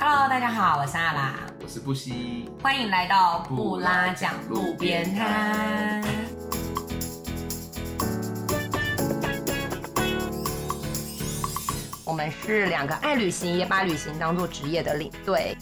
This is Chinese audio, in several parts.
Hello， 大家好，我是阿拉， 我是布希， 欢迎来到布拉讲路边摊。我们是两个爱旅行也把旅行当作职业的领队。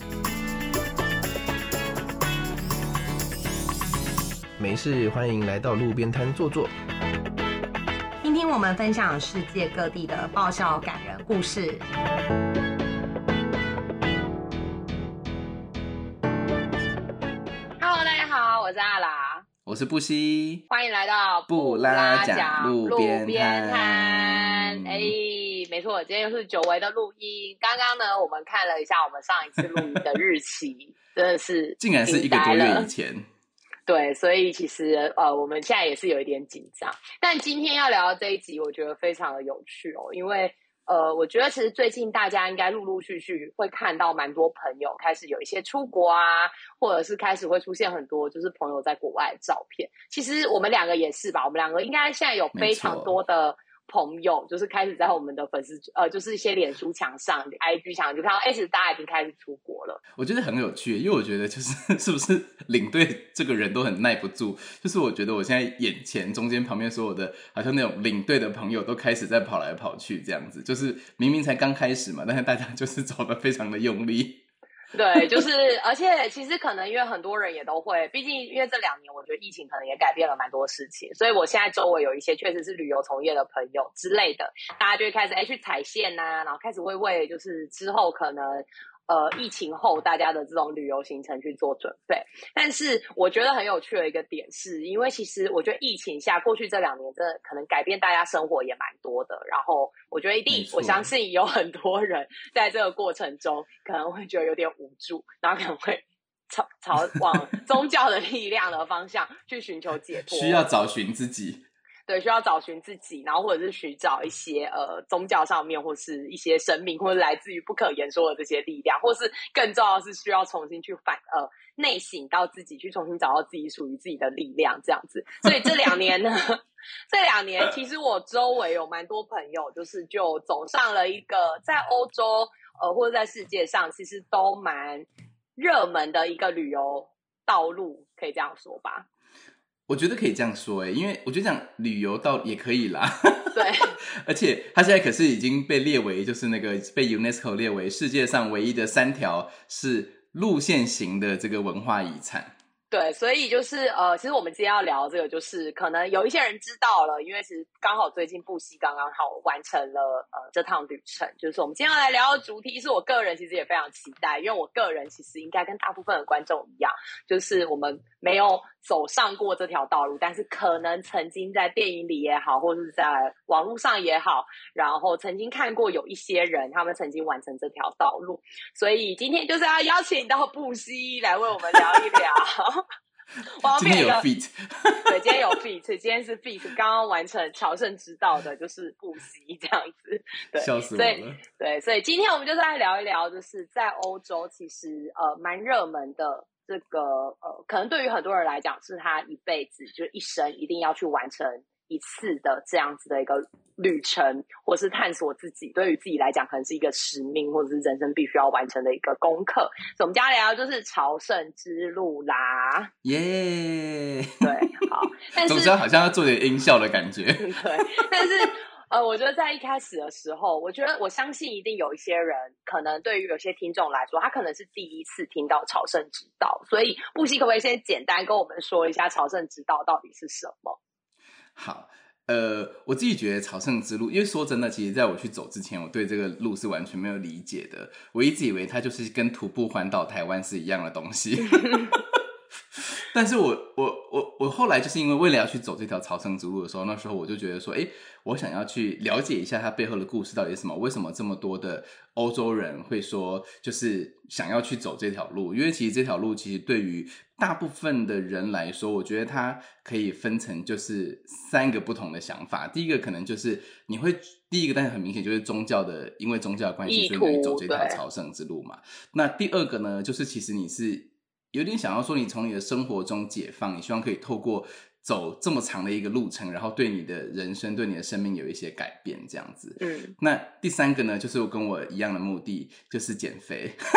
没事，欢迎来到路边摊坐坐， 听听我们分享世界各地的爆笑感人故事。Hello， 大家好，我是阿拉， 我是布希， 欢迎来到布拉讲路边摊。 没错，今天又是久违的录音。刚刚呢，我们看了一下我们上一次录音的日期，真的是竟然是1个多月以前。 对，所以其实我们现在也是有一点紧张。但今天要聊的这一集，我觉得非常的有趣哦，因为我觉得其实最近大家应该陆陆续续会看到蛮多朋友开始有一些出国啊，或者是开始会出现很多就是朋友在国外的照片。其实我们两个也是吧，我们两个应该现在有非常多的朋友就是开始在我们的粉丝就是一些脸书墙上 IG 墙就看到其实大家已经开始出国了。 我觉得很有趣，因为我觉得就是是不是领队这个人都很耐不住，就是我觉得我现在眼前中间旁边所有的好像那种领队的朋友都开始在跑来跑去这样子，就是明明才刚开始嘛，但是大家就是走得非常的用力。 对，就是而且其实可能因为很多人也都会，毕竟因为这2年我觉得疫情可能也改变了蛮多事情，所以我现在周围有一些确实是旅游从业的朋友之类的，大家就会开始去踩线啊，然后开始会为就是之后可能疫情后大家的这种旅游行程去做准备。但是我觉得很有趣的一个点是，因为其实我觉得疫情下过去这2年真的可能改变大家生活也蛮多的，然后我觉得我相信有很多人在这个过程中可能会觉得有点无助，然后可能会朝往宗教的力量的方向去寻求解脱， 需要找寻自己。 对，需要找寻自己，然后或者是寻找一些宗教上面或是一些神明或者来自于不可言说的这些力量，或是更重要的是需要重新去内省到自己，去重新找到自己属于自己的力量这样子。所以这2年呢这2年其实我周围有蛮多朋友就走上了一个在欧洲或者在世界上其实都蛮热门的一个旅游道路，可以这样说吧。 我觉得可以这样说因为我觉得讲旅游到也可以啦。 对， 而且它现在可是已经被列为就是那个被 UNESCO 列为世界上唯一的3条是路线型的这个文化遗产。 对，所以就是其实我们今天要聊这个，就是可能有一些人知道了，因为其实刚好最近布希刚刚好完成了这趟旅程，就是我们今天要来聊的主题，是我个人其实也非常期待，因为我个人其实应该跟大部分的观众一样，就是我们没有走上过这条道路，但是可能曾经在电影里也好，或是在网络上也好，然后曾经看过有一些人他们曾经完成这条道路，所以今天就是要邀请到布希来为我们聊一聊。 今天有 feat 对，今天有 feat 今天是 feat 刚刚完成朝圣之道的就是布希这样子。对， 笑死我了。 对，所以今天我们就是来聊一聊，就是在欧洲其实蛮热门的这个可能对于很多人来讲是他一辈子就是一生一定要去完成一次的这样子的一个旅程，或是探索自己，对于自己来讲可能是一个使命，或者是人生必须要完成的一个功课。所以我们今天聊就是朝圣之路啦， 耶！ 对，好，但是总之好像要做点音效的感觉。 对，但是我觉得在一开始的时候，我相信一定有一些人，可能对于有些听众来说，他可能是第一次听到朝圣之道，所以布希可不可以先简单跟我们说一下朝圣之道到底是什么？ 好，我自己觉得朝圣之路，因为说真的，其实在我去走之前，我对这个路是完全没有理解的。我一直以为它就是跟徒步环岛台湾是一样的东西。但是我后来就是因为为了要去走这条朝圣之路的时候，那时候我就觉得说，我想要去了解一下它背后的故事到底是什么，为什么这么多的欧洲人会说就是想要去走这条路。因为其实这条路其实对于大部分的人来说，我觉得它可以分成就是3个不同的想法。第一个可能就是第一个但是很明显就是因为宗教的关系，所以你去走这条朝圣之路嘛。那第二个呢，就是其实你是有点想要说你从你的生活中解放，你希望可以透过走这么长的一个路程，然后对你的人生对你的生命有一些改变这样子。那第3个呢，就是跟我一样的目的，就是减肥。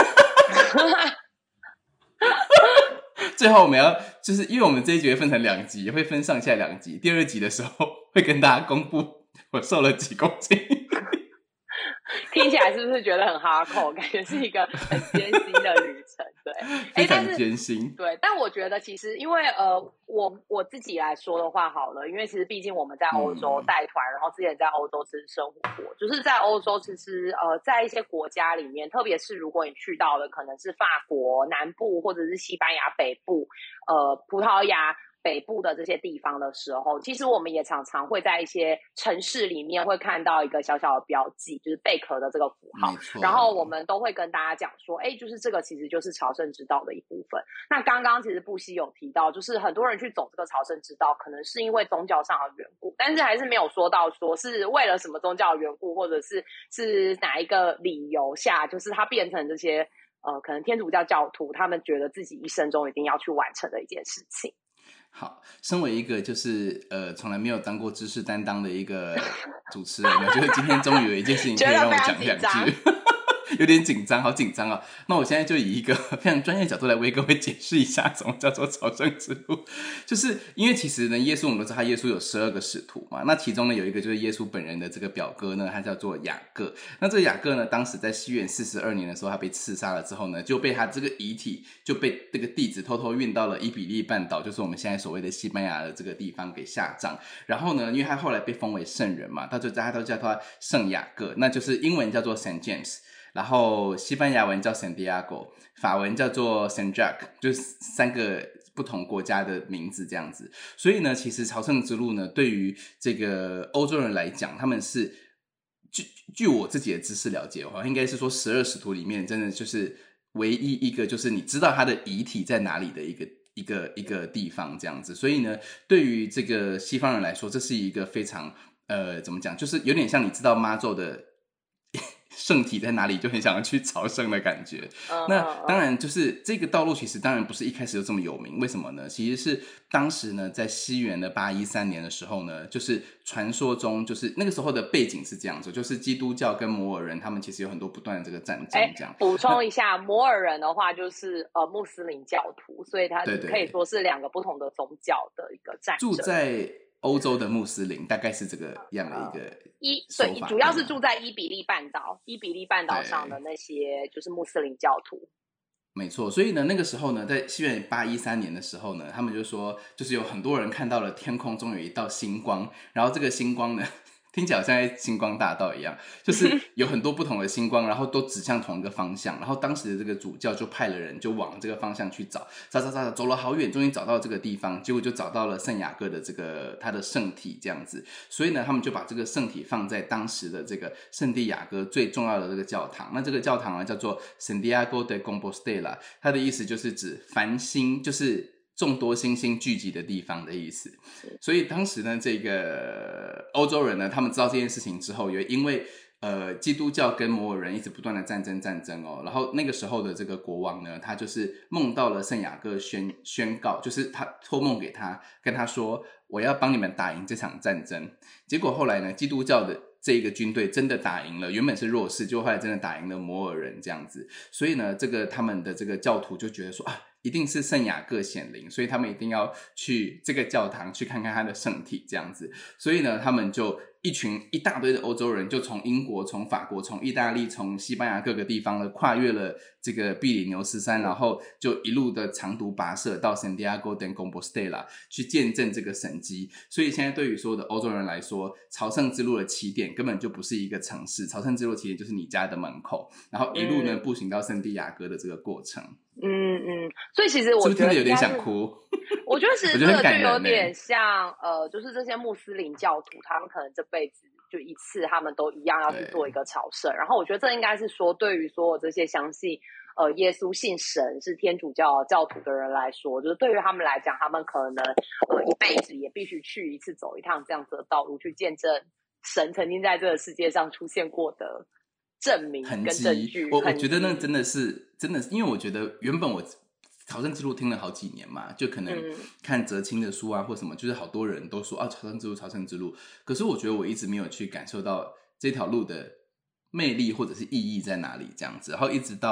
最后我们要就是因为我们这一集会分成2集，也会分上下2集。第2集的时候会跟大家公布我瘦了几公斤。 听起来是不是觉得很哈扣？感觉是一个很艰辛的旅程，对， 非常艰辛。 对，但我觉得其实因为我自己来说的话好了，因为其实毕竟我们在欧洲带团，然后之前在欧洲其实生活过，就是在欧洲其实在一些国家里面，特别是如果你去到了可能是法国南部或者是西班牙北部，葡萄牙北部的这些地方的时候，其实我们也常常会在一些城市里面会看到一个小小的标记，就是贝壳的这个符号，然后我们都会跟大家讲说，就是这个其实就是朝圣之道的一部分。那刚刚其实布希有提到，就是很多人去走这个朝圣之道，可能是因为宗教上的缘故，但是还是没有说到说是为了什么宗教的缘故，或者是哪一个理由下，就是它变成这些可能天主教教徒他们觉得自己一生中一定要去完成的一件事情。 好，身为一个就是从来没有当过知识担当的一个主持人，我觉得今天终于有一件事情可以让我讲2句。有点紧张，好紧张啊！那我现在就以一个非常专业的角度来为各位解释一下什么叫做朝圣之路。就是因为其实呢，耶稣我们都知道，他耶稣有12个使徒嘛，那其中呢有一个就是耶稣本人的这个表哥呢，他叫做雅各。那这个雅各呢，当时在西元42年的时候，他被刺杀了之后呢，就被他这个遗体就被这个弟子偷偷运到了伊比利半岛，就是我们现在所谓的西班牙的这个地方给下葬。然后呢，因为他后来被封为圣人嘛，大家都叫他圣雅各，那就是英文叫做 Saint James。然后西班牙文叫 Santiago， 法文叫做 Saint Jacques， 就是3个不同国家的名字这样子。所以呢，其实朝圣之路呢，对于这个欧洲人来讲，他们是据我自己的知识了解的话，应该是说12使徒里面真的就是唯一一个就是你知道他的遗体在哪里的一个地方这样子。所以呢，对于这个西方人来说，这是一个非常怎么讲，就是有点像你知道妈祖的圣体在哪里就很想要去朝圣的感觉。那当然就是这个道路其实当然不是一开始就这么有名，为什么呢？其实是当时呢在西元的813年的时候呢，就是传说中就是那个时候的背景是这样子，就是基督教跟摩尔人他们其实有很多不断的这个战争这样。 补充一下，摩尔人的话就是穆斯林教徒，所以它可以说是2个不同的宗教的一个战争。 住在欧洲的穆斯林大概是这个样的一个对，主要是住在伊比利半岛上的那些就是穆斯林教徒。 没错，所以呢，那个时候呢，在西元813年的时候呢，他们就说，就是有很多人看到了天空中有一道星光，然后这个星光呢，听起来好像在星光大道一样，就是有很多不同的星光，然后都指向同一个方向。然后当时的这个主教就派了人就往这个方向去找，走了好远，终于找到这个地方，结果就找到了圣雅各的这个他的圣体这样子。所以呢，他们就把这个圣体放在当时的这个圣地亚哥最重要的这个教堂。那这个教堂呢叫做 Santiago de Compostela， 它的意思就是指繁星，就是众多星星聚集的地方的意思。所以当时呢，这个欧洲人呢，他们知道这件事情之后，也因为基督教跟摩尔人一直不断的战争哦，然后那个时候的这个国王呢，他就是梦到了圣雅各宣告，就是他托梦给他，跟他说我要帮你们打赢这场战争。结果后来呢，基督教的这一个军队真的打赢了，原本是弱势，结果后来真的打赢了摩尔人这样子。所以呢，这个他们的这个教徒就觉得说啊，一定是圣雅各显灵，所以他们一定要去这个教堂去看看他的圣体这样子。所以呢，他们就一大堆的欧洲人就从英国、从法国、从意大利、从西班牙各个地方呢，跨越了这个比利牛斯山，然后就一路的长途跋涉到 Santiago de Compostela 去见证这个神迹。所以现在对于所有的欧洲人来说，朝圣之路的起点根本就不是一个城市，朝圣之路的起点就是你家的门口，然后一路呢步行到圣地亚哥的这个过程。 所以其实我觉得是不是听得有点想哭？ 我觉得其实这个就有点像就是这些穆斯林教徒，他们可能这辈子就一次，他们都一样要去做一个朝圣。然后我觉得这应该是说，对于所有这些相信耶稣信神是天主教教徒的人来说，就是对于他们来讲，他们可能一辈子也必须去一次走一趟这样子的道路，去见证神曾经在这个世界上出现过的证明跟证据。 我觉得那真的是，因为我觉得原本我朝圣之路听了好几年嘛，就可能看哲青的书啊或什么，就是好多人都说朝圣之路，可是我觉得我一直没有去感受到这条路的魅力或者是意义在哪里这样子。然后一直到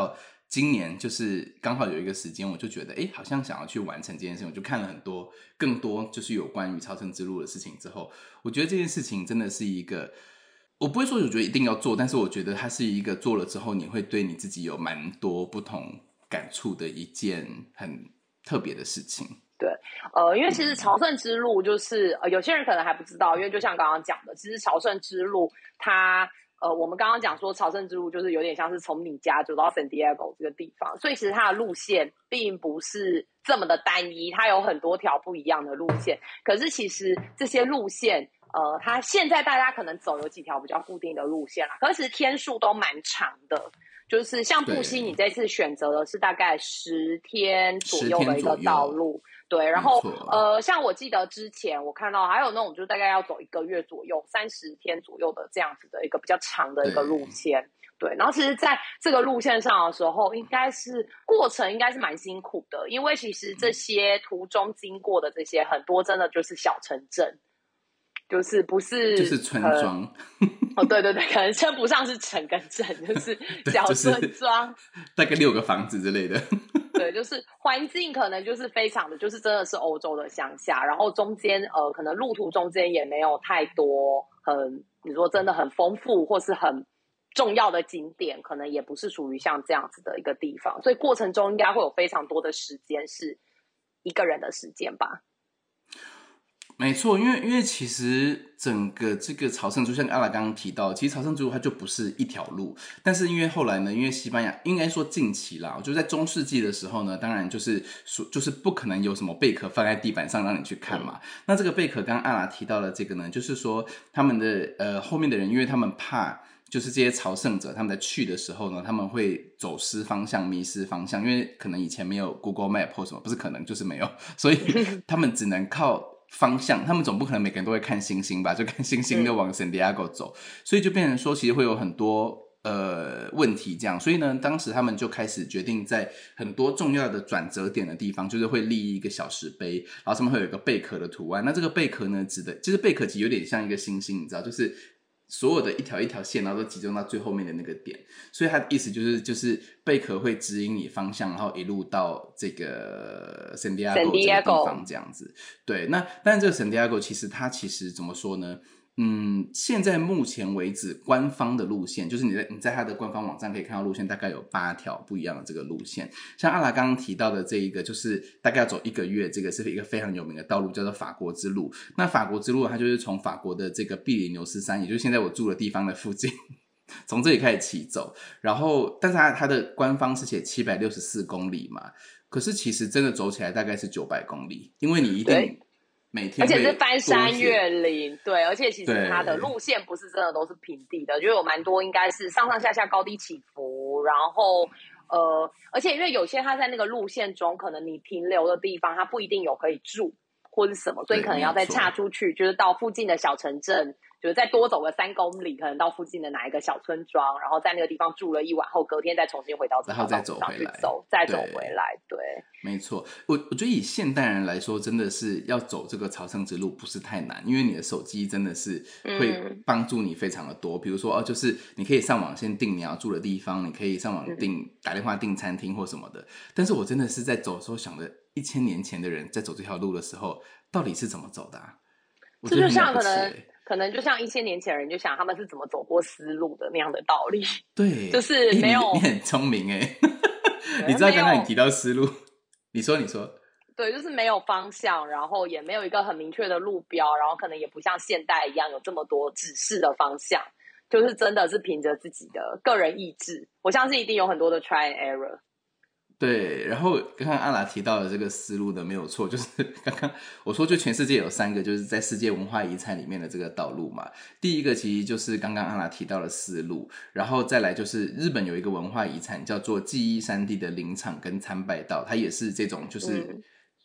今年就是刚好有一个时间，我就觉得好像想要去完成这件事情，我就看了很多更多就是有关于朝圣之路的事情之后，我觉得这件事情真的是一个，我不会说我觉得一定要做，但是我觉得它是一个做了之后你会对你自己有蛮多不同感触的一件很特别的事情。 对，因为其实朝圣之路就是有些人可能还不知道，因为就像刚刚讲的，其实朝圣之路它我们刚刚讲说朝圣之路就是有点像是从你家走到 San Diego 这个地方，所以其实它的路线并不是这么的单一，它有很多条不一样的路线。可是其实这些路线它现在大家可能走有几条比较固定的路线啦，可是其实天数都蛮长的。就是像布希，你这次选择的是大概10天左右的一个道路，对。然后像我记得之前我看到还有那种就大概要走1个月左右，30天左右的这样子的一个比较长的一个路线，对。然后其实在这个路线上的时候，过程应该是蛮辛苦的，因为其实这些途中经过的这些很多真的就是小城镇。就是不是就是村庄对对对，可能称不上是城跟镇，就是小村庄， 大概6个房子之类的。 对，就是环境可能就是非常的，就是真的是欧洲的乡下，然后中间可能路途中间也没有太多你说真的很丰富或是很重要的景点，可能也不是属于像这样子的一个地方，所以过程中应该会有非常多的时间是一个人的时间吧。 没错，因为其实整个这个朝圣之路，像阿拉刚刚提到，其实朝圣之路它就不是一条路，但是因为后来呢，因为西班牙应该说近期啦，就在中世纪的时候呢，当然就是不可能有什么贝壳放在地板上让你去看嘛。那这个贝壳，刚刚阿拉提到的这个呢，就是说他们的后面的人，因为他们怕。就是这些朝圣者他们在去的时候呢，他们会走失方向迷失方向，因为可能以前没有 Google Map 或什么，不是可能就是没有，所以他们只能靠方向，他们总不可能每个人都会看星星吧，就看星星就往 San Diego 走，所以就变成说其实会有很多问题这样，所以呢当时他们就开始决定在很多重要的转折点的地方就是会立一个小石碑，然后上面会有一个贝壳的图案，那这个贝壳呢就是贝壳其实有点像一个星星，你知道，就是所有的一条一条线然后都集中到最后面的那个点，所以它的意思就是贝壳会指引你方向，然后一路到这个 San Diego 这个地方这样子。对，那但是这个 San Diego 它其实怎么说呢，现在目前为止官方的路线，就是你在它的官方网站可以看到路线大概有8条不一样的这个路线，像阿拉刚刚提到的这一个就是大概要走1个月，这个是一个非常有名的道路叫做法国之路。那法国之路它就是从法国的这个比里牛斯山，也就是现在我住的地方的附近从这里开始骑走，然后但是它的官方是写764公里嘛，可是其实真的走起来大概是900公里，因为你一定每天， 而且是翻山越岭，对，而且其实它的路线不是真的都是平地的，就有蛮多应该是上上下下高低起伏，然后而且因为有些它在那个路线中，可能你停留的地方它不一定有可以住或是什么，所以可能要再岔出去，就是到附近的小城镇，就是再多走个3公里，可能到附近的哪一个小村庄，然后在那个地方住了1晚后，隔天再重新回到这条道路上去走，再走回来。对， 没错。我觉得以现代人来说，真的是要走这个朝圣之路不是太难，因为你的手机真的是会帮助你非常的多。比如说就是你可以上网先订你要住的地方，你可以上网打电话订餐厅或什么的。但是我真的是在走的时候想的，1000年前的人在走这条路的时候，到底是怎么走的啊？ 这就像可能就像1000年前的人就想他们是怎么走过丝路的那样的道理。 对， 就是没有你很聪明耶你知道刚刚你提到丝路，你说对，就是没有方向，然后也没有一个很明确的路标，然后可能也不像现代一样有这么多指示的方向，就是真的是凭着自己的个人意志，我相信一定有很多的 try and error。 对，然后刚刚阿拉提到的这个思路的没有错，就是刚刚我说就全世界有3个就是在世界文化遗产里面的这个道路嘛。第一个其实就是刚刚阿拉提到的丝路，然后再来就是日本有一个文化遗产叫做纪伊山地的林场跟参拜道，它也是这种就是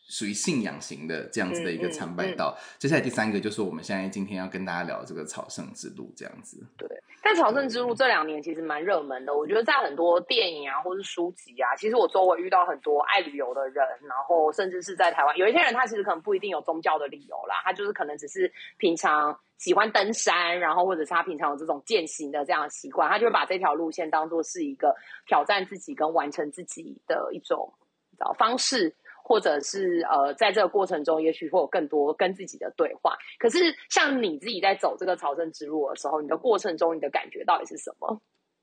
属于信仰型的这样子的一个参拜道。接下来第3个就是我们现在今天要跟大家聊这个朝圣之路这样子。 对，但朝圣之路这2年其实蛮热门的，我觉得在很多电影啊或是书籍啊，其实我周围遇到很多爱旅游的人，然后甚至是在台湾有一些人他其实可能不一定有宗教的理由啦，他就是可能只是平常喜欢登山，然后或者是他平常有这种健行的这样的习惯，他就会把这条路线当作是一个挑战自己跟完成自己的一种方式，或者是在这个过程中也许会有更多跟自己的对话。可是像你自己在走这个朝圣之路的时候，你的过程中你的感觉到底是什么？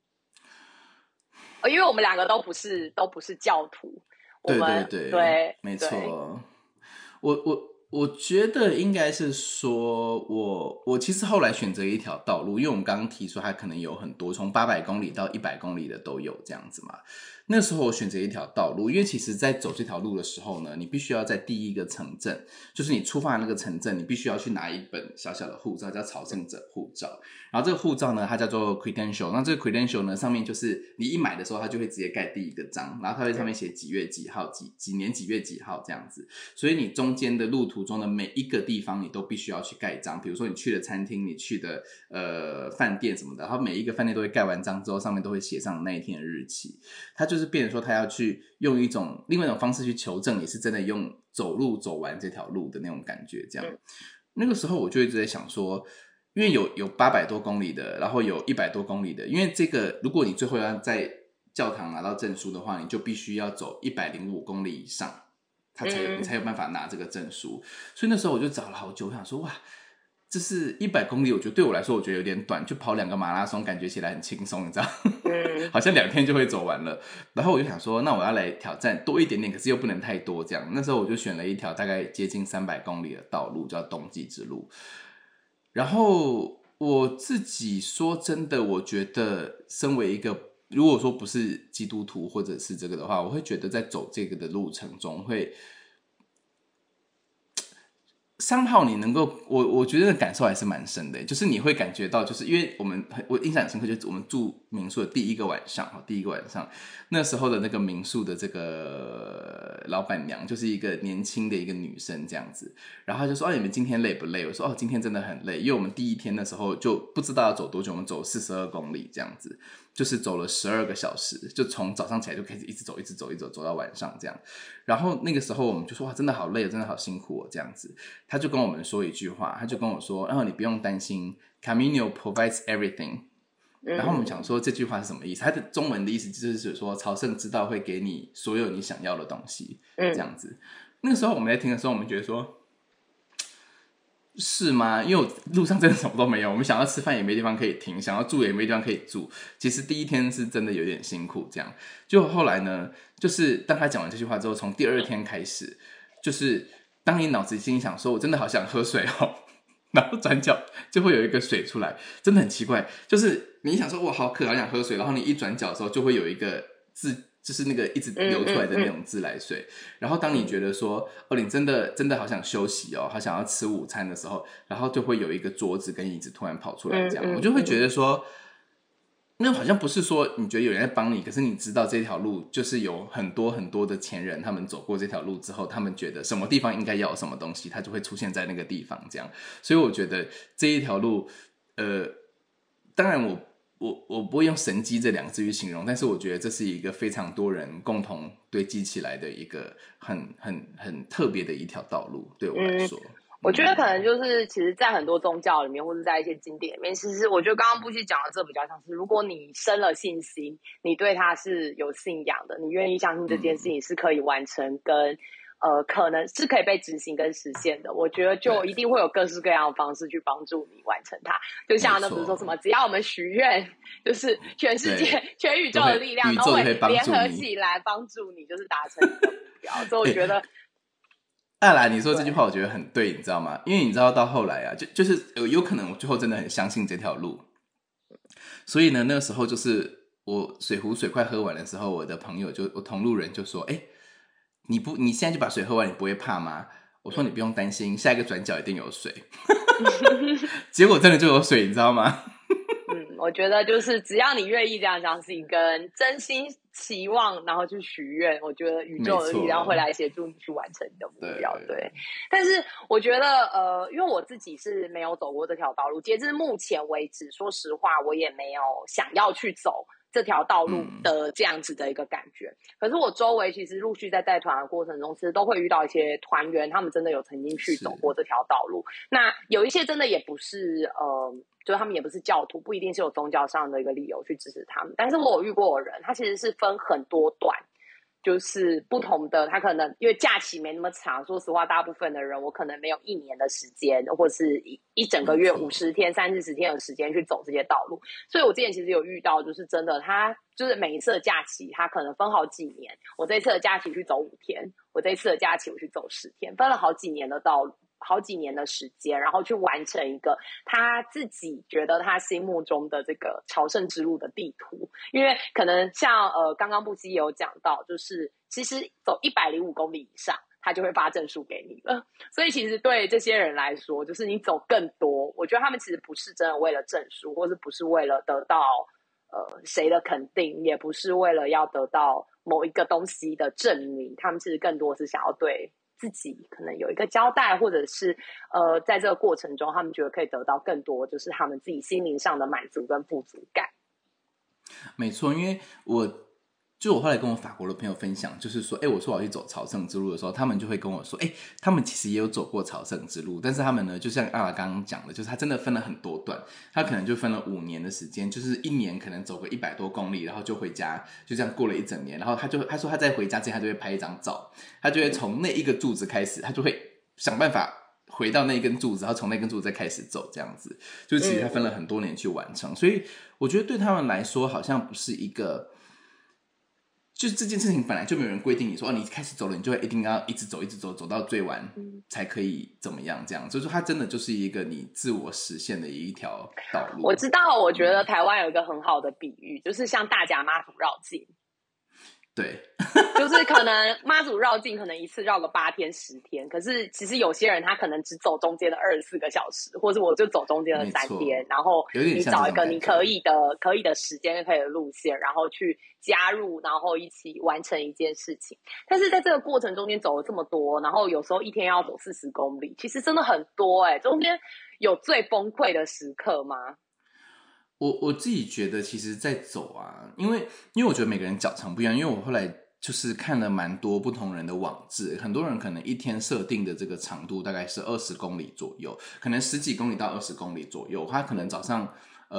因为我们2个都不是教徒，我们对， 没错。我觉得应该是说我其实后来选择一条道路，因为我们刚刚提出它可能有很多从800公里到100公里的都有这样子嘛。那时候我选择一条道路，因为其实在走这条路的时候呢，你必须要在第一个城镇，就是你出发的那个城镇，你必须要去拿一本小小的护照，叫朝圣者护照。然后这个护照呢，它叫做 credential。那这个 credential 呢，上面就是你一买的时候，它就会直接盖第一个章，然后它会上面写几月几号、几年几月几号这样子。所以你中间的路途中的每一个地方，你都必须要去盖章。比如说你去的餐厅，你去的饭店什么的，然后每一个饭店都会盖完章之后，上面都会写上那一天的日期。它就是变成说，他要去用另外一种方式去求证你是真的用走路走完这条路的那种感觉。这样，那个时候我就一直在想说，因为有800多公里的，然后有100多公里的，因为这个如果你最后要在教堂拿到证书的话，你就必须要走105公里以上，你才有办法拿这个证书。所以那时候我就找了好久，我想说哇，这是100公里，我觉得对我来说我觉得有点短，就跑2个马拉松感觉起来很轻松，你知道好像2天就会走完了。然后我就想说那我要来挑战多一点点，可是又不能太多这样。那时候我就选了一条大概接近300公里的道路，叫冬季之路。然后我自己说真的，我觉得身为一个如果说不是基督徒或者是这个的话，我会觉得在走这个的路程中会somehow你能够我觉得感受还是蛮深的，就是你会感觉到，就是因为我印象很深刻，就是我们住民宿的第一个晚上，那时候的那个民宿的这个老板娘就是一个年轻的一个女生这样子，然后她就说你们今天累不累？我说今天真的很累，因为我们第一天的时候就不知道要走多久，我们走42公里这样子，就是走了12个小时，就从早上起来就开始一直走到晚上这样。然后那个时候我们就说哇，真的好累，真的好辛苦这样子。他就跟我们说一句话，他就跟我说，然后你不用担心 Camino provides everything。然后我们想说这句话是什么意思？他的中文的意思就是说朝圣之道会给你所有你想要的东西这样子。那个时候我们在听的时候，我们觉得说是吗？因为我路上真的什么都没有，我们想要吃饭也没地方可以停，想要住也没地方可以住。其实第一天是真的有点辛苦这样。就后来呢，就是当他讲完这句话之后，从第2天开始，就是当你脑子心里想说我真的好想喝水然后转角就会有一个水出来，真的很奇怪，就是你想说我好渴好想喝水，然后你一转角的时候就会有一个字，就是那个一直流出来的那种自来水。然后当你觉得说你真的好想休息好想要吃午餐的时候，然后就会有一个桌子跟椅子突然跑出来这样。我就会觉得说那好像不是说你觉得有人在帮你，可是你知道这条路就是有很多很多的前人，他们走过这条路之后，他们觉得什么地方应该要有什么东西，它就会出现在那个地方这样。所以我觉得这一条路当然我不会用神迹这2个字去形容，但是我觉得这是一个非常多人共同堆积起来的一个很特别的一条道路，对我来说。 我觉得可能就是其实在很多宗教里面或者在一些经典里面，其实我觉得刚刚布希讲的这比较像是，如果你生了信心，你对它是有信仰的，你愿意相信这件事情是可以完成跟可能是可以被执行跟实现的，我觉得就一定会有各式各样的方式去帮助你完成它。就像那不是说什么只要我们许愿，就是全世界全宇宙的力量都会联合起来帮助你，就是达成你的目标。所以我觉得艾拉，你说这句话我觉得很对，你知道吗？因为你知道到后来啊，就是有可能我最后真的很相信这条路，所以呢，那个时候就是我水壶水快喝完的时候，我的朋友我同路人就说：“你现在就把水喝完，你不会怕吗？”我说：“你不用担心，下一个转角一定有水。”结果真的就有水，你知道吗？ 我觉得就是只要你愿意这样相信，跟真心期望，然后去许愿，我觉得宇宙的力量会来协助你去完成你的目标。对，但是我觉得因为我自己是没有走过这条道路，截至目前为止，说实话，我也没有想要去走这条道路的这样子的一个感觉。可是我周围其实陆续在带团的过程中，其实都会遇到一些团员，他们真的有曾经去走过这条道路。那有一些真的也不是就是他们也不是教徒，不一定是有宗教上的一个理由去支持他们。但是我有遇过的人，他其实是分很多段。就是不同的，他可能因为假期没那么长，说实话，大部分的人我可能没有1年的时间，或是一整个月50天、30天的时间去走这些道路。所以我之前其实有遇到，就是真的，他就是每一次的假期，他可能分好几年。我这一次的假期去走5天，我这一次的假期我去走10天，分了好几年的道路。好几年的时间，然后去完成一个他自己觉得他心目中的这个朝圣之路的地图。因为可能像刚刚布基也有讲到，就是其实走105公里以上，他就会发证书给你了。所以其实对这些人来说，就是你走更多，我觉得他们其实不是真的为了证书，或是不是为了得到谁的肯定，也不是为了要得到某一个东西的证明，他们其实更多是想要对自己可能有一个交代，或者是在这个过程中他们觉得可以得到更多，就是他们自己心灵上的满足跟富足感。 没错，因为我后来跟我法国的朋友分享，就是说我说我要去走朝圣之路的时候，他们就会跟我说他们其实也有走过朝圣之路，但是他们呢就像阿拉刚刚讲的，就是他真的分了很多段，他可能就分了5年的时间，就是1年可能走个100多公里，然后就回家，就这样过了一整年。然后他说他在回家之前他就会拍一张照，他就会从那一个柱子开始，他就会想办法回到那一根柱子，然后从那根柱子再开始走，这样子就是其实他分了很多年去完成。所以我觉得对他们来说好像不是一个，就是这件事情本来就没有人规定你说你开始走了你就会一定要一直走一直走走到最晚才可以怎么样，这样就是它真的就是一个你自我实现的一条道路。 我知道，我觉得台湾有一个很好的比喻，就是像大甲妈祖绕境。 对， 就是可能妈祖绕境可能一次绕个8天10天，可是其实有些人他可能只走中间的24个小时，或者我就走中间的3天，然后你找一个你可以的时间可以的路线，然后去加入，然后一起完成一件事情。但是在这个过程中间走了这么多，然后有时候一天要走40公里，其实真的很多中间有最崩溃的时刻吗？ 我自己觉得其实在走啊，因为我觉得每个人脚长不一样，因为我后来就是看了蛮多不同人的网志，很多人可能一天设定的这个长度大概是20公里左右，可能10几公里到20公里左右，他可能早上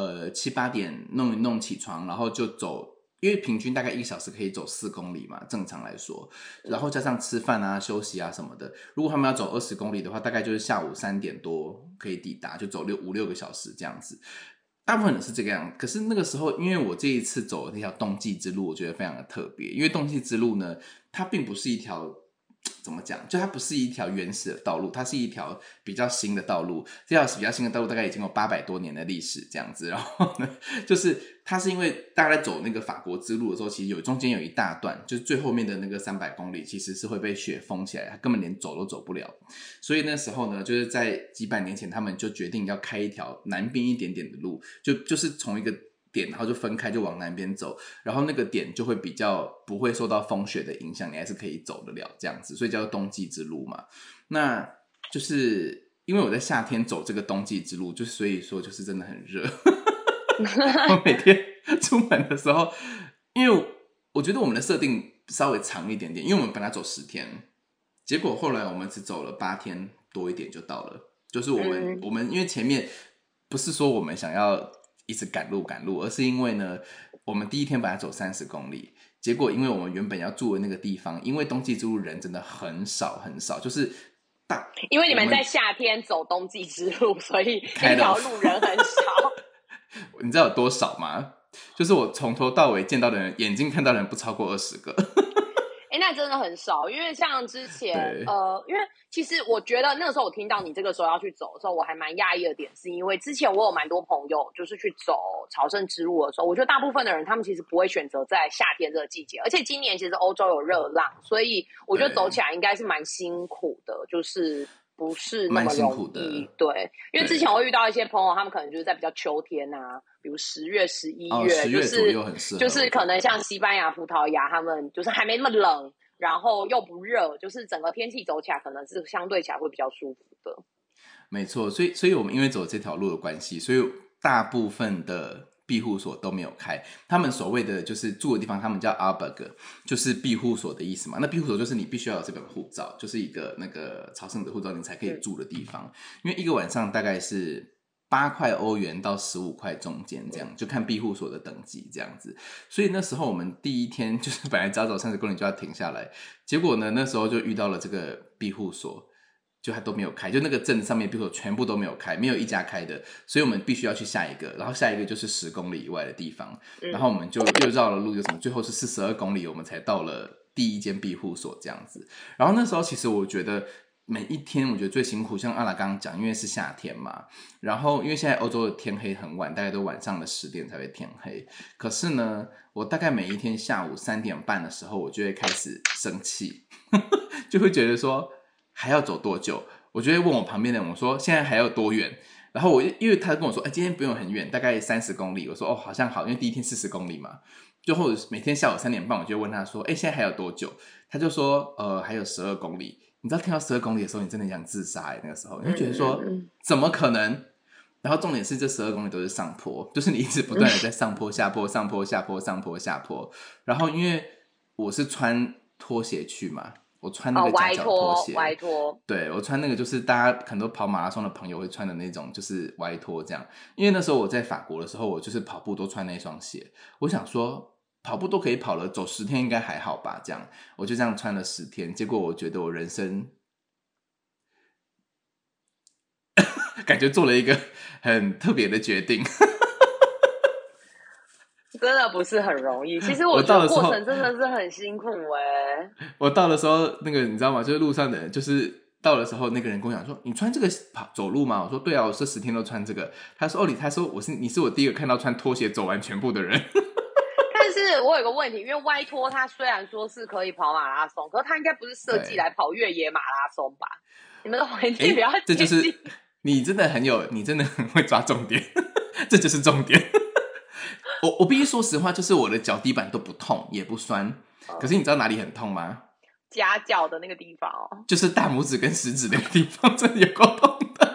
7、8点弄一弄起床，然后就走，因为平均大概1小时可以走4公里嘛，正常来说，然后加上吃饭啊休息啊什么的，如果他们要走20公里的话，大概就是下午3点多可以抵达，就走5-6个小时这样子。大部分人是这个样，可是那个时候因为我这一次走的那条冬季之路我觉得非常的特别，因为冬季之路呢它并不是一条怎么讲，就它不是一条原始的道路，它是一条比较新的道路，这条比较新的道路大概已经有800多年的历史这样子。然后呢就是它是因为大家在走那个法国之路的时候，其实中间有一大段就是最后面的那个300公里其实是会被雪封起来，它根本连走都走不了。所以那时候呢就是在几百年前他们就决定要开一条南边一点点的路，就是从一个点然后就分开就往南边走，然后那个点就会比较不会受到风雪的影响，你还是可以走得了这样子，所以叫做冬季之路嘛。那就是因为我在夏天走这个冬季之路，就所以说就是真的很热我每天出门的时候，因为我觉得我们的设定稍微长一点点，因为我们本来走10天，结果后来我们只走了8天多一点就到了。就是我们因为前面不是说我们想要一直赶路，而是因为呢我们第一天本来走30公里，结果因为我们原本要住的那个地方，因为冬季之路人真的很少很少，就是因为你们在夏天走冬季之路，所以那条路人很少你知道有多少吗？就是我从头到尾见到的人，眼睛看到的人不超过20个那真的很少。因为像之前因为其实我觉得那个时候我听到你这个时候要去走的时候，我还蛮讶异的点是因为之前我有蛮多朋友就是去走朝圣之路的时候，我觉得大部分的人他们其实不会选择在夏天这个季节，而且今年其实欧洲有热浪，所以我觉得走起来应该是蛮辛苦的，就是不是那么容易。对，因为之前会遇到一些朋友，他们可能就是在比较秋天啊，比如10月、11月， 10月左右很适合， 就是可能像西班牙、葡萄牙，他们就是还没那么冷，然后又不热，就是整个天气走起来可能是相对起来会比较舒服的。 没错，所以我们因为走这条路的关系，所以大部分的庇护所都没有开。他们所谓的就是住的地方，他们叫 alberg， 就是庇护所的意思嘛。那庇护所就是你必须要有这本护照，就是一个那个朝圣者护照，你才可以住的地方。因为一个晚上大概是8块欧元到15块中间，这样就看庇护所的等级这样子。所以那时候我们第一天就是本来早走30公里就要停下来，结果呢那时候就遇到了这个庇护所。就它都没有开，就那个镇上面比如说全部都没有开，没有一家开的，所以我们必须要去下一个，然后下一个就是10公里以外的地方，然后我们就又绕了路，就什么，最后是42公里，我们才到了第一间庇护所这样子。然后那时候其实我觉得每一天我觉得最辛苦，像阿拉刚刚讲，因为是夏天嘛，然后因为现在欧洲的天黑很晚，大概都晚上的10点才会天黑，可是呢，我大概每一天下午3点半的时候，我就会开始生气，就会觉得说。还要走多久？我就会问我旁边的人，我说现在还要多远？然后因为他跟我说，今天不用很远，大概30公里。我说好像好，因为第一天40公里嘛。最后每天下午3点半，我就问他说，现在还有多久？他就说还有12公里。你知道听到12公里的时候，你真的想自杀那个时候，你就觉得说怎么可能？然后重点是这12公里都是上坡，就是你一直不断的在上坡下坡上坡下坡上坡下坡。然后因为我是穿拖鞋去嘛。我穿那个夹脚拖鞋， 歪拖， 对，我穿那个就是大家很多跑马拉松的朋友会穿的那种，就是歪拖这样。因为那时候我在法国的时候，我就是跑步都穿那双鞋。我想说跑步都可以跑了，走10天应该还好吧？这样，我就这样穿了10天。结果我觉得我人生感觉做了一个很特别的决定。 真的不是很容易，其实我觉得过程真的是很辛苦我到的时候，那个你知道吗？就是路上的人，就是到的时候，那个人跟我讲说：“你穿这个走路吗？”我说：“对啊，我这10天都穿这个。”他说：“他说你是我第一个看到穿拖鞋走完全部的人。” 但是我有个问题，因为歪拖它虽然说是可以跑马拉松，可是它应该不是设计来跑越野马拉松吧？你们的环境比较这就是你真的很会抓重点，这就是重点。我必须说实话，就是我的脚底板都不痛也不酸，可是你知道哪里很痛吗？ 夹脚的那个地方就是大拇指跟食指那个地方，真的有够痛的。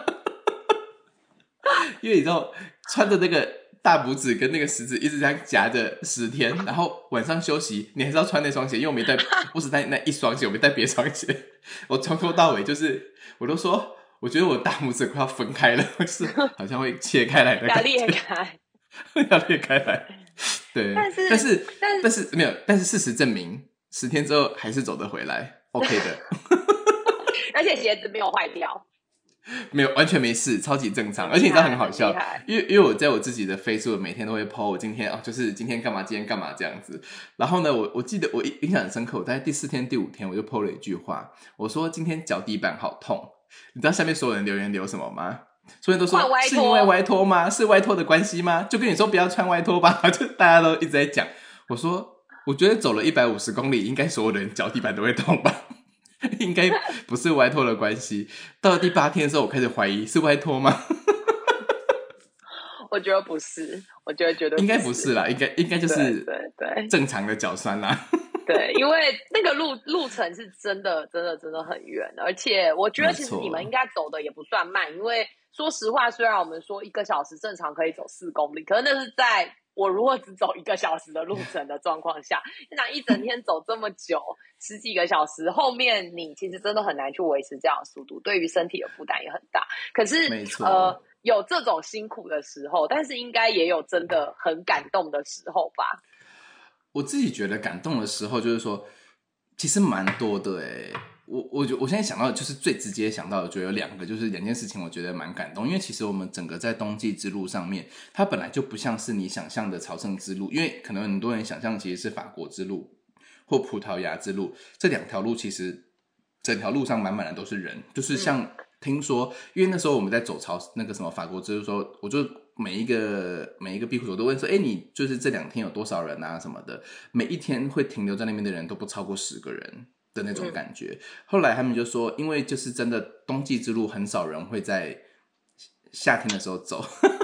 因为你知道穿着那个大拇指跟那个食指一直这样夹着10天，然后晚上休息，你还是要穿那双鞋，因为我没带，不是带那一双鞋，我没带别双鞋。我从头到尾就是我都说，我觉得我大拇指快要分开了，就是好像会切开来的感觉， 要裂开。 要裂开来，对，但是没有，但是事实证明10天之后还是走得回来 ，OK 的， 而且鞋子没有坏掉， 没有，完全没事，超级正常，而且你知道很好笑，因为我在我自己的 Facebook 每天都会 po 我今天就是今天干嘛，今天干嘛这样子，然后呢，我记得我印象很深刻，我在第4天、第5天我就 po 了一句话，我说今天脚底板好痛，你知道下面所有人留言留什么吗？所有人都说是因为歪拖吗？是歪拖的关系吗？就跟你说不要穿歪拖吧，就大家都一直在讲。我说我觉得走了150公里，应该所有人脚底板都会痛吧，应该不是歪拖的关系。到了第8天的时候，我开始怀疑是歪拖吗？ 我觉得不是，我觉得绝对应该不是啦，应该就是对正常的脚酸啦。 对，因为那个路程是真的很远，而且我觉得其实你们应该走的也不算慢，因为说实话，虽然我们说1个小时正常可以走4公里，可是那是在我如果只走1个小时的路程的状况下，你想一整天走这么久，10几个小时，后面你其实真的很难去维持这样的速度，对于身体的负担也很大。可是没错， 有这种辛苦的时候，但是应该也有真的很感动的时候吧。 我自己觉得感动的时候，就是说，其实蛮多的我现在想到就是最直接想到的，就有2个，就是2件事情，我觉得蛮感动。因为其实我们整个在冬季之路上面，它本来就不像是你想象的朝圣之路，因为可能很多人想象其实是法国之路或葡萄牙之路，这2条路其实整条路上满满的都是人，就是像听说，因为那时候我们在走那个什么法国之路的时候，我就每一个庇护所都问说，你就是这2天有多少人啊什么的，每一天会停留在那边的人都不超过10个人， 的那种感觉。后来他们就说，因为就是真的冬季之路很少人会在夏天的时候走。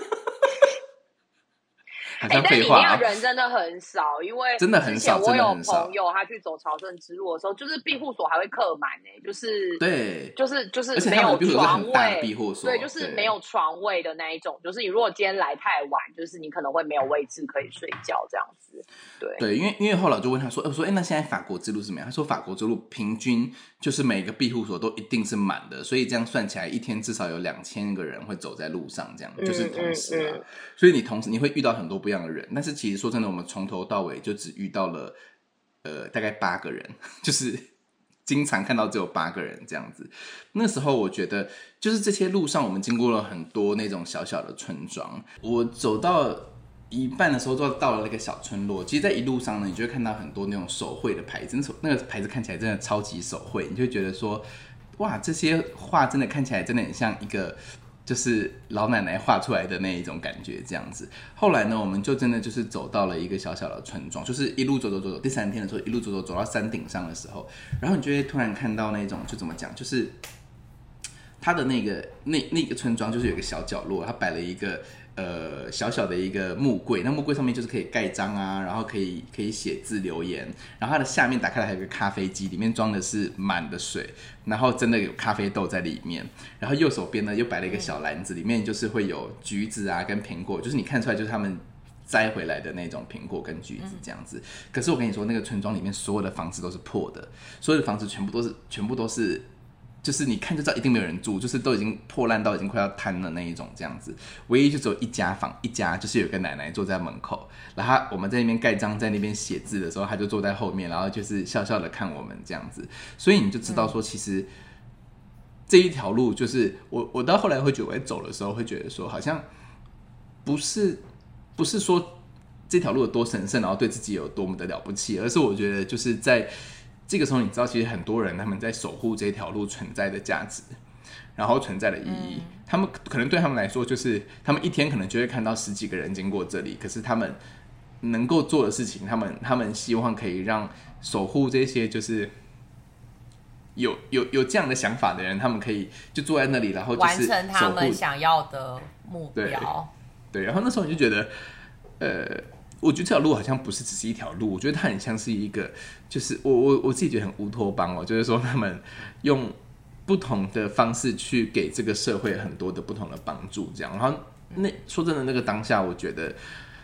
但里面人真的很少，因为真的很少。 之前我有朋友他去走朝圣之路的时候，就是庇护所还会客满就是对， 就是没有床位， 庇护所对，就是没有床位的那一种，就是你如果今天来太晚，就是你可能会没有位置可以睡觉这样子。对， 因为后来就问他说，那现在法国之路是怎么样？他说法国之路平均就是每个庇护所都一定是满的，所以这样算起来一天至少有2000个人会走在路上，这样就是同时啊。所以你同时你会遇到很多不一样的人，但是其实说真的，我们从头到尾就只遇到了大概8个人，就是经常看到只有8个人这样子。那时候我觉得就是这些路上我们经过了很多那种小小的村庄，我走到一半的时候就到了那个小村落，其实在一路上呢，你就会看到很多那种手绘的牌子，那个牌子看起来真的超级手绘，你就会觉得说哇，这些画真的看起来真的很像一个就是老奶奶画出来的那一种感觉这样子。后来呢，我们就真的就是走到了一个小小的村庄，就是一路走，第3天的时候一路走到山顶上的时候，然后你就会突然看到那种就怎么讲，就是它的那个村庄就是有一个小角落，它摆了一个小小的一个木柜，那木柜上面就是可以盖章啊，然后可以写字留言，然后它的下面打开来还有一个咖啡机，里面装的是满的水，然后真的有咖啡豆在里面，然后右手边呢又摆了一个小篮子，里面就是会有橘子啊跟苹果，就是你看出来就是他们摘回来的那种苹果跟橘子这样子。可是我跟你说，那个村庄里面所有的房子都是破的，所有的房子全部都是就是你看就知道一定没有人住，就是都已经破烂到已经快要瘫了那一种这样子。唯一就只有一家就是有个奶奶坐在门口，然后我们在那边盖章在那边写字的时候，她就坐在后面，然后就是笑笑的看我们这样子。所以你就知道说其实这一条路就是我到后来会觉得我在走的时候会觉得说好像不是说这条路有多神圣，然后对自己有多么的了不起，而是我觉得就是在这个时候你知道其实很多人他们在守护这条路存在的价值，然后存在的意义。他们可能对他们来说就是他们一天可能就会看到10几个人经过这里，可是他们能够做的事情，他们希望可以让守护这些就是有这样的想法的人，他们可以就坐在那里，然后就是完成他们想要的目标。 对，然后那时候你就觉得我觉得这条路好像不是只是一条路，我觉得它很像是一个，就是我自己觉得很乌托邦哦，就是说他们用不同的方式去给这个社会很多的不同的帮助，这样。然后说真的，那个当下，我觉得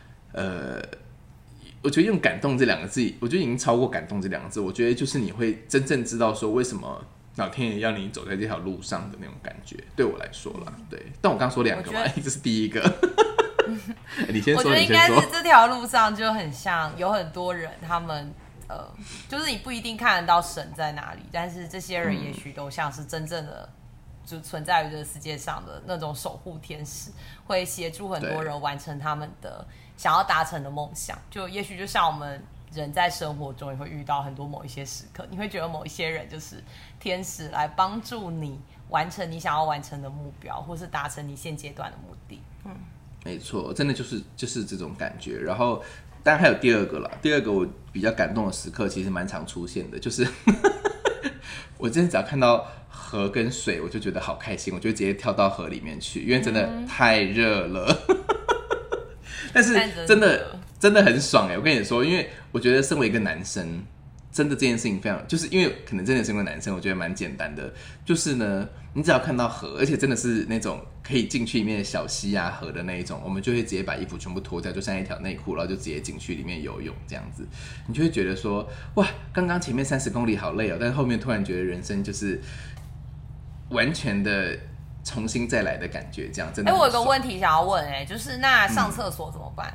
用感动这2个字，我觉得已经超过感动这2个字。我觉得就是你会真正知道说为什么老天爷要你走在这条路上的那种感觉，对我来说啦，对。但我刚说2个嘛，这是第一个。你先说， 我觉得应该是这条路上就很像有很多人，他们就是你不一定看得到神在哪里，但是这些人也许都像是真正的就存在于这个世界上的那种守护天使，会协助很多人完成他们的想要达成的梦想。就也许就像我们人在生活中也会遇到很多某一些时刻，你会觉得某一些人就是天使来帮助你完成你想要完成的目标，或是达成你现阶段的目的。 没错，真的就是这种感觉。然后当然还有第二个啦，第二个我比较感动的时刻其实蛮常出现的，就是我真的只要看到河跟水我就觉得好开心，我就直接跳到河里面去，因为真的太热了。但是真的很爽耶，我跟你说，因为我觉得身为一个男生，真的这件事情非常，就是因为可能真的是因为男生，我觉得蛮简单的，就是呢，你只要看到河，而且真的是那种可以进去里面的小溪啊河的那一种，我们就会直接把衣服全部脱掉，就剩一条内裤，然后就直接进去里面游泳这样子，你就会觉得说，哇，刚刚前面30公里好累哦，但是后面突然觉得人生就是完全的重新再来的感觉，这样真的。 我有个问题想要问，就是那上厕所怎么办？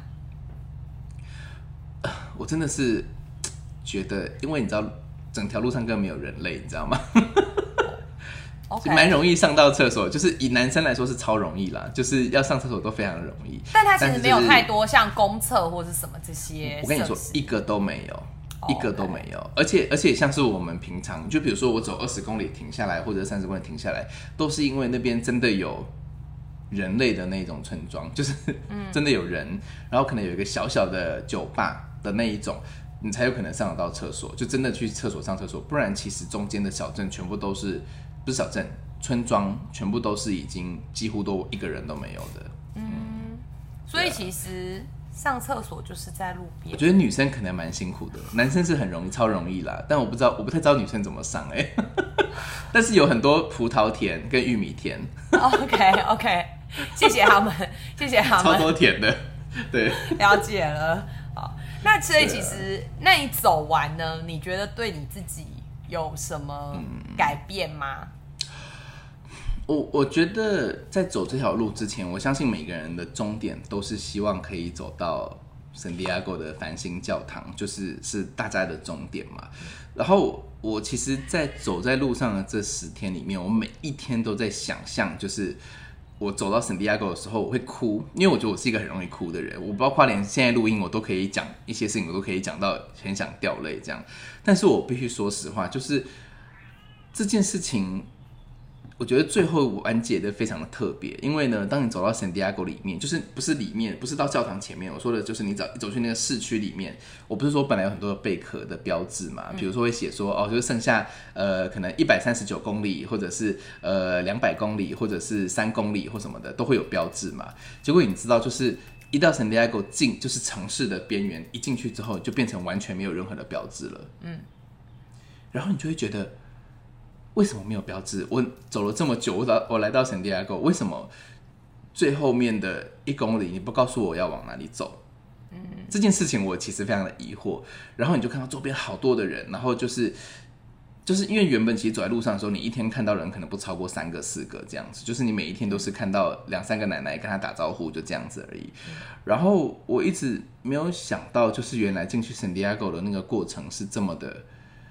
我真的是觉得，因为你知道，整条路上根本没有人类，你知道吗？蛮容易上到厕所，就是以男生来说是超容易啦，就是要上厕所都非常容易。 但它其实没有太多像公厕或是什么这些， 我跟你说，一个都没有。一个都没有，而且像是我们平常，就比如说我走20公里停下来，或者30公里停下来，都是因为那边真的有人类的那种村庄，就是真的有人，然后可能有一个小小的酒吧的那一种， 你才有可能上得到厕所，就真的去厕所上厕所，不然其实中间的小镇全部都是，不是小镇，村庄全部都是已经几乎都一个人都没有的。 所以其实上厕所就是在路边。 我觉得女生可能蛮辛苦的，男生是很容易，超容易啦。但我不太知道女生怎么上但是有很多葡萄田跟玉米田。 OK， 谢谢他们，谢谢他们， 超多田的，对， 了解了。好，那所以其实那你走完呢，你觉得对你自己有什么改变吗？ 我觉得在走这条路之前，我相信每个人的终点都是希望可以走到圣地亚哥的繁星教堂，是大家的终点嘛。然后我其实，在走在路上的这10天里面，我每一天都在想象，就是我走到圣地亚哥的时候，我会哭，因为我觉得我是一个很容易哭的人。我包括连现在录音，我都可以讲一些事情，我都可以讲到很想掉泪这样。但是我必须说实话，就是这件事情。我觉得最后完结的非常的特别，因为呢，当你走到圣地亚哥里面，就是不是里面，不是到教堂前面，我说的就是你走去那个市区里面。我不是说本来有很多的贝壳的标志嘛，比如说会写说就是剩下可能139公里，或者是200公里，或者是3公里或什么的，都会有标志嘛。结果你知道，就是一到圣地亚哥进，就是城市的边缘，一进去之后就变成完全没有任何的标志了。然后你就会觉得。为什么没有标志？我走了这么久，我来到圣地亚哥，为什么最后面的1公里你不告诉我要往哪里走？这件事情我其实非常的疑惑。然后你就看到周边好多的人，然后就是因为原本其实走在路上的时候，你一天看到人可能不超过3个4个这样子，就是你每一天都是看到2、3个奶奶跟他打招呼，就这样子而已。然后我一直没有想到，就是原来进去圣地亚哥的那个过程是这么的。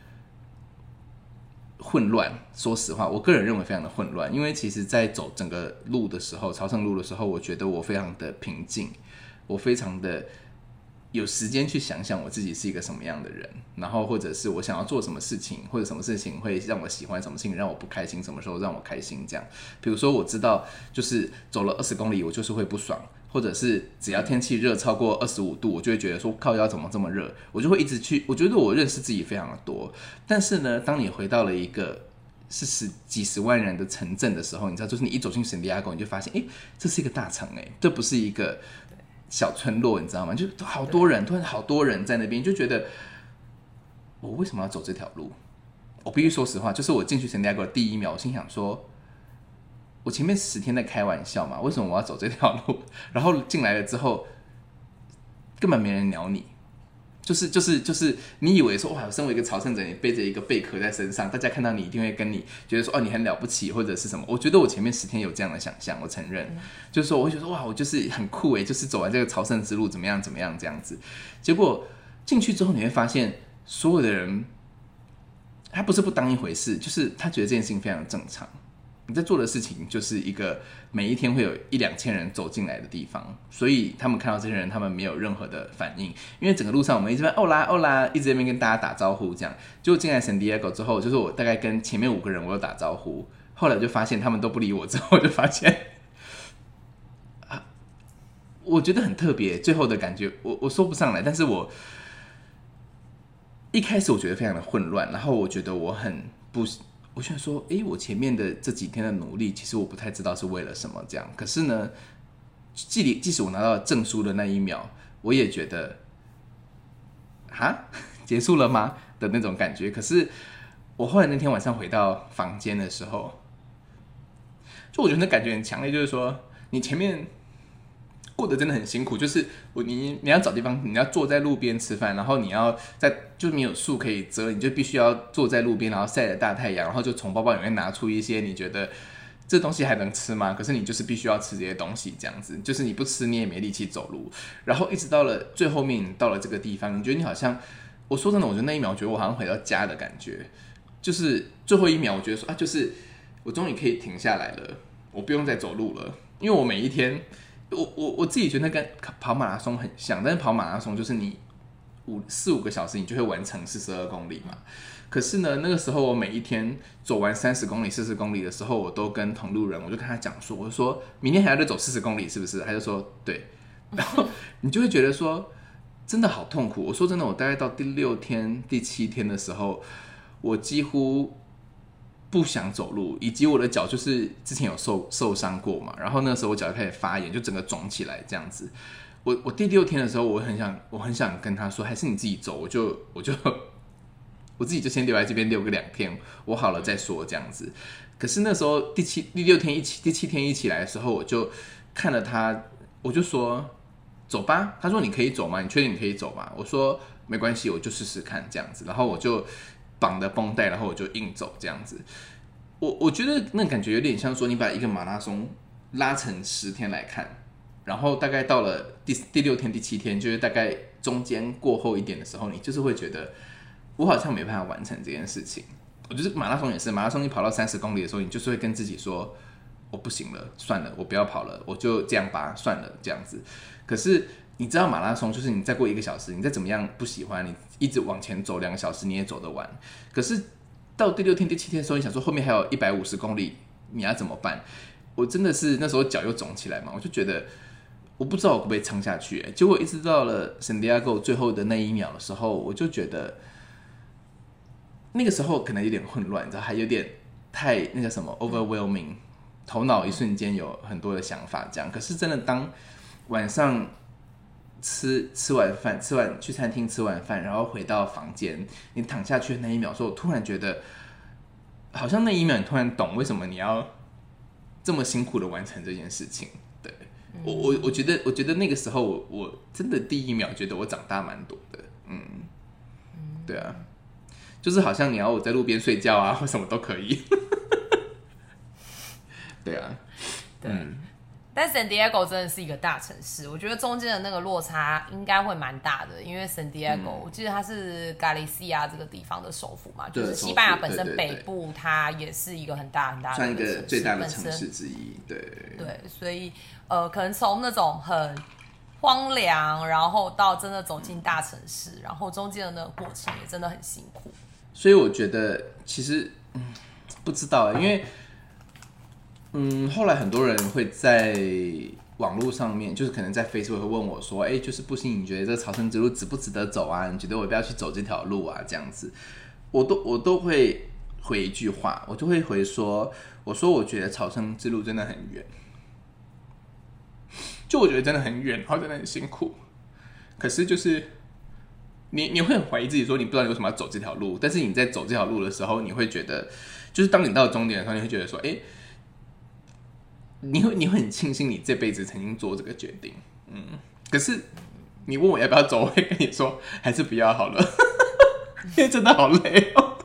混乱，说实话，我个人认为非常的混乱。因为其实，在走整个路的时候，朝圣路的时候，我觉得我非常的平静，我非常的有时间去想想我自己是一个什么样的人，然后或者是我想要做什么事情，或者什么事情会让我喜欢，什么事情让我不开心，什么时候让我开心这样。比如说，我知道就是走了20公里，我就是会不爽。或者是只要天气热超过25度，我就会觉得说靠腰怎么这么热，我就会一直去。我觉得我认识自己非常的多，但是呢，当你回到了一个是几十万人的城镇的时候，你知道，就是你一走进圣地亚哥，你就发现，这是一个大城，这不是一个小村落，你知道吗？就好多人，突然好多人在那边，就觉得我为什么要走这条路？我必须说实话，就是我进去圣地亚哥的第1秒，我心想说。我前面10天在开玩笑嘛，为什么我要走这条路？然后进来了之后，根本没人鸟你，就是你以为说哇，身为一个朝圣者，你背着一个贝壳在身上，大家看到你一定会跟你觉得说你很了不起或者是什么。我觉得我前面10天有这样的想象，我承认，就是说我会觉得说哇，我就是很酷就是走完这个朝圣之路怎么样这样子。结果进去之后，你会发现所有的人，他不是不当一回事，就是他觉得这件事情非常正常。你在做的事情就是一个每一天会有1-2千人走进来的地方，所以他们看到这些人，他们没有任何的反应，因为整个路上我们一直在欧啦，一直在那边跟大家打招呼这样。结果进来圣地亚哥之后，就是我大概跟前面5个人我有打招呼，后来就发现他们都不理我，之后我就发现，我觉得很特别，最后的感觉我说不上来，但是我一开始我觉得非常的混乱，然后我觉得我很不。我想说，我前面的这几天的努力，其实我不太知道是为了什么这样。可是呢，即使我拿到证书的那1秒，我也觉得，结束了吗的那种感觉。可是我后来那天晚上回到房间的时候，就我觉得那感觉很强烈，就是说你前面过得真的很辛苦，就是你要找地方，你要坐在路边吃饭，然后你要就是没有树可以遮，你就必须要坐在路边，然后晒着大太阳，然后就从包包里面拿出一些你觉得这东西还能吃吗？可是你就是必须要吃这些东西，这样子，就是你不吃你也没力气走路，然后一直到了最后面，你到了这个地方，你觉得你好像，我说真的，我觉得那1秒，我觉得我好像回到家的感觉，就是最后1秒，我觉得说就是我终于可以停下来了，我不用再走路了，因为我每一天。我自己觉得跟跑马拉松很像，但是跑马拉松就是你4-5个小时你就会完成42公里嘛。可是呢，那个时候我每一天走完30公里、40公里的时候，我都跟同路人，我就跟他讲说，我就说明天还要再走40公里，是不是？他就说对。然后你就会觉得说， 真的好痛苦。我说真的，我大概到第6天、第7天的时候，我几乎不想走路，以及我的脚就是之前有受伤过嘛，然后那时候我脚就开始发炎，就整个肿起来这样子。我第6天的时候，我很想跟他说，还是你自己走，我自己就先留在这边溜个2天，我好了再说这样子。可是那时候第7天一起来的时候，我就看了他，我就说走吧。他说你可以走吗？你确定你可以走吗？我说没关系，我就试试看这样子。然后我就绑的绷带，然后我就硬走这样子。我觉得那感觉有点像说你把一个马拉松拉成10天来看，然后大概到了第6天、第7天，就是大概中间过后一点的时候，你就是会觉得我好像没办法完成这件事情。我觉得马拉松也是，马拉松你跑到30公里的时候，你就是会跟自己说我不行了，算了，我不要跑了，我就这样吧，算了这样子。可是你知道马拉松就是你再过1个小时，你再怎么样不喜欢，你一直往前走2个小时你也走得完。可是到第6天、第7天的时候，你想说后面还有150公里，你要怎么办？我真的是那时候脚又肿起来嘛，我就觉得我不知道我可不可以撑下去。结果一直到了 Santiago 最后的那1秒的时候，我就觉得那个时候可能有点混乱，你知道，还有点太那个什么 overwhelming， 头脑一瞬间有很多的想法这样。可是真的当晚上吃完饭，去餐厅吃完饭，然后回到房间，你躺下去的那1秒的时候，我突然觉得好像那1秒你突然懂为什么你要这么辛苦的完成这件事情。对，我觉得那个时候我真的第1秒觉得我长大蛮多的。对啊，就是好像你要我在路边睡觉啊，或什么都可以。对啊， 对。但 San Diego 真的是一个大城市，我觉得中间的那个落差应该会蛮大的，因为 San Diego，我记得它是加利西亚这个地方的首府嘛，就是西班牙本身北部它也是一个很大很大的算一个最大的城市之一。对， 所以可能从那种很荒凉，然后到真的走进大城市，然后中间的那个过程也真的很辛苦。 所以我觉得其实不知道，因为后来很多人会在网络上面，就是可能在 Facebook 会问我说，就是不行，你觉得这个朝圣之路值不值得走啊？你觉得我要不要去走这条路啊？这样子，我都会回一句话，我就会回说，我觉得朝圣之路真的很远，就我觉得真的很远，然后真的很辛苦。可是就是你会很怀疑自己，说你不知道你为什么要走这条路，但是你在走这条路的时候，你会觉得，就是当你到终点的时候，你会觉得说，你会很庆幸你这辈子曾经做这个决定。可是你问我要不要走，我会跟你说还是不要好了。因为真的好累哦。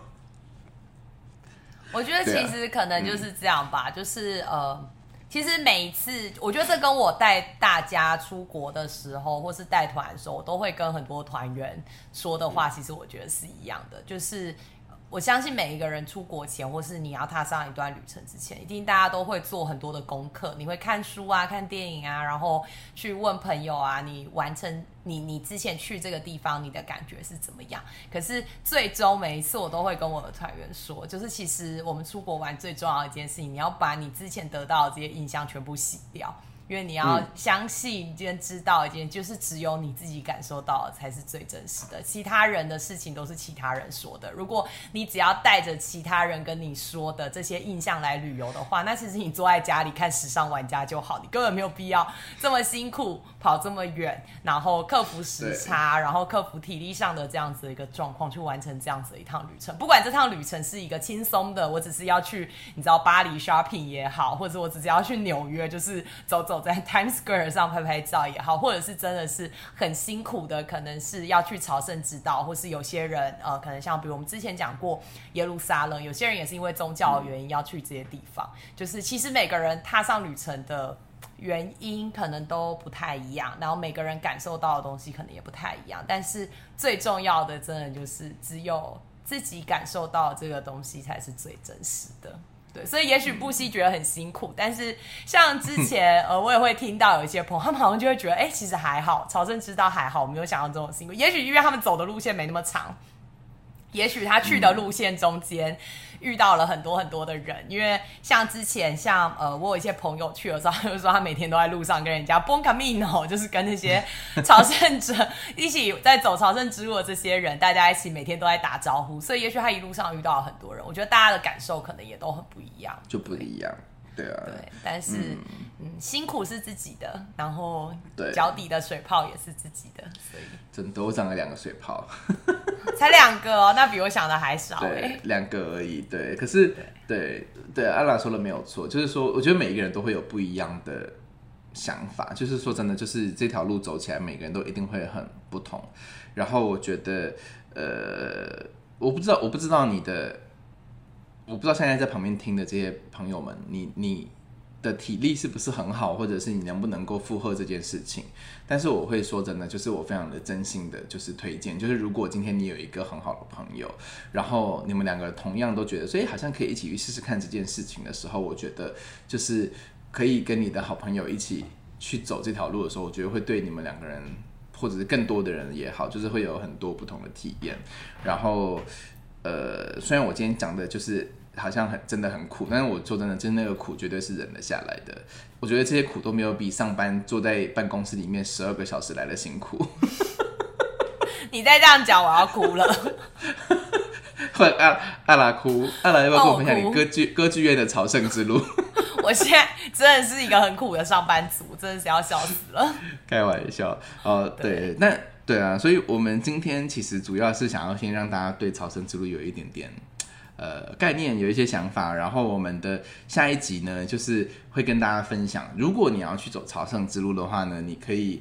我觉得其实可能就是这样吧，就是其实每一次，我觉得这跟我带大家出国的时候，或是带团的时候，我都会跟很多团员说的话，其实我觉得是一样的，就是我相信每一个人出国前，或是你要踏上一段旅程之前，一定大家都会做很多的功课，你会看书啊，看电影啊，然后去问朋友啊，你完成你之前去这个地方，你的感觉是怎么样？可是最终每一次我都会跟我的团员说，就是其实我们出国玩最重要的一件事情，你要把你之前得到的这些印象全部洗掉。因为你要相信跟知道一件，就是只有你自己感受到的才是最真实的，其他人的事情都是其他人说的。如果你只要带着其他人跟你说的这些印象来旅游的话，那其实你坐在家里看时尚玩家就好，你根本没有必要这么辛苦跑这么远，然后克服时差，然后克服体力上的这样子的一个状况，去完成这样子的一趟旅程。不管这趟旅程是一个轻松的，我只是要去你知道巴黎 shopping 也好，或者我只是要去纽约就是走在 Times Square 上拍拍照也好，或者是真的是很辛苦的，可能是要去朝圣之道，或是有些人可能像比如我们之前讲过耶路撒冷，有些人也是因为宗教的原因要去这些地方，就是其实每个人踏上旅程的原因可能都不太一样，然后每个人感受到的东西可能也不太一样，但是最重要的真的就是只有自己感受到这个东西才是最真实的。对，所以也许布希觉得很辛苦，但是像之前我也会听到有一些朋友，他们好像就会觉得其实还好，朝圣之道还好，我没有想到这种辛苦。也许因为他们走的路线没那么长， 也许他去的路线中间遇到了很多很多的人，因为像之前我有一些朋友去的时候，他就说他每天都在路上跟人家 Bon Camino， 就是跟那些朝圣者一起在走朝圣之路的这些人，大家一起每天都在打招呼，所以也许他一路上遇到了很多人，我觉得大家的感受可能也都很不一样， 就不一样。对啊， 对，但是辛苦是自己的，然后对脚底的水泡也是自己的，所以真的我长了2个水泡， 才2个哦，那比我想的还少对，2个而已。对，可是对，阿拉说的没有错，就是说，我觉得每一个人都会有不一样的想法，就是说真的，就是这条路走起来，每个人都一定会很不同。然后我觉得，我不知道你的。我不知道现在在旁边听的这些朋友们，你的体力是不是很好，或者是你能不能够负荷这件事情？但是我会说真的，就是我非常的真心的，就是推荐，就是如果今天你有一个很好的朋友，然后你们2个同样都觉得，所以好像可以一起去试试看这件事情的时候，我觉得就是可以跟你的好朋友一起去走这条路的时候，我觉得会对你们2个人，或者是更多的人也好，就是会有很多不同的体验。然后虽然我今天讲的就是好像真的很苦，但是我说真的，真那个苦绝对是忍得下来的。我觉得这些苦都没有比上班坐在办公室里面12个小时来的辛苦。 你再这样讲，我要哭了。 阿拉哭，阿拉要不要跟我分享你歌剧院的朝圣之路？ 我现在真的是一个很苦的上班族，真的是要笑死了。 开玩笑对，那对啊，所以我们今天其实主要是想要先让大家对朝圣之路有一点点概念，有一些想法，然后我们的下一集呢，就是会跟大家分享，如果你要去走朝圣之路的话呢，你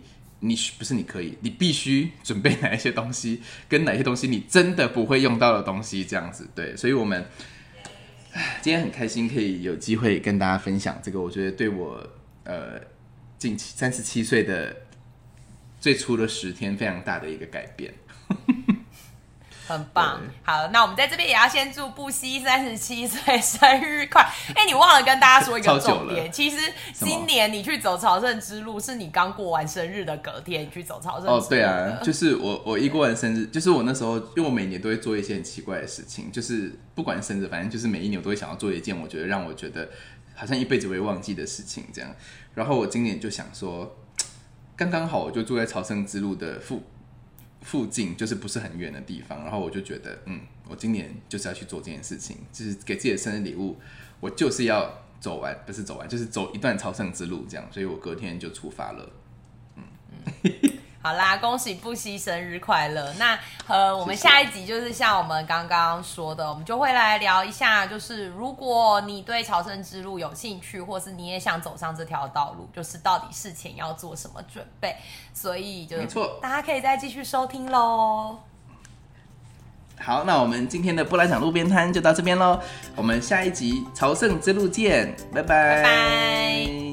必须准备哪一些东西，跟哪些东西你真的不会用到的东西，这样子。对，所以我们今天很开心可以有机会跟大家分享这个，我觉得对我近37岁的最初的10天非常大的一个改变。 很棒，好，那我们在这边也要先祝布希37岁生日快！你忘了跟大家说一个重点，其实今年你去走朝圣之路，是你刚过完生日的隔天你去走朝圣之路。 对啊，就是我一过完生日，就是我那时候，因为我每年都会做一些很奇怪的事情，就是不管生日，反正就是每一年我都会想要做一件让我觉得好像一辈子会忘记的事情，这样。然后我今年就想说，刚刚好我就住在朝圣之路的附近，就是不是很远的地方，然后我就觉得，我今年就是要去做这件事情，就是给自己的生日礼物，我就是要就是走一段朝圣之路，这样，所以我隔天就出发了。 好啦，恭喜布希生日快乐！那我们下一集就是像我们刚刚说的，我们就会来聊一下，就是如果你对朝圣之路有兴趣，或是你也想走上这条道路，就是到底事前要做什么准备，所以就没错， 大家可以再继续收听咯。 好，那我们今天的布莱场路边摊就到这边咯，我们下一集朝圣之路见，拜拜。 拜拜。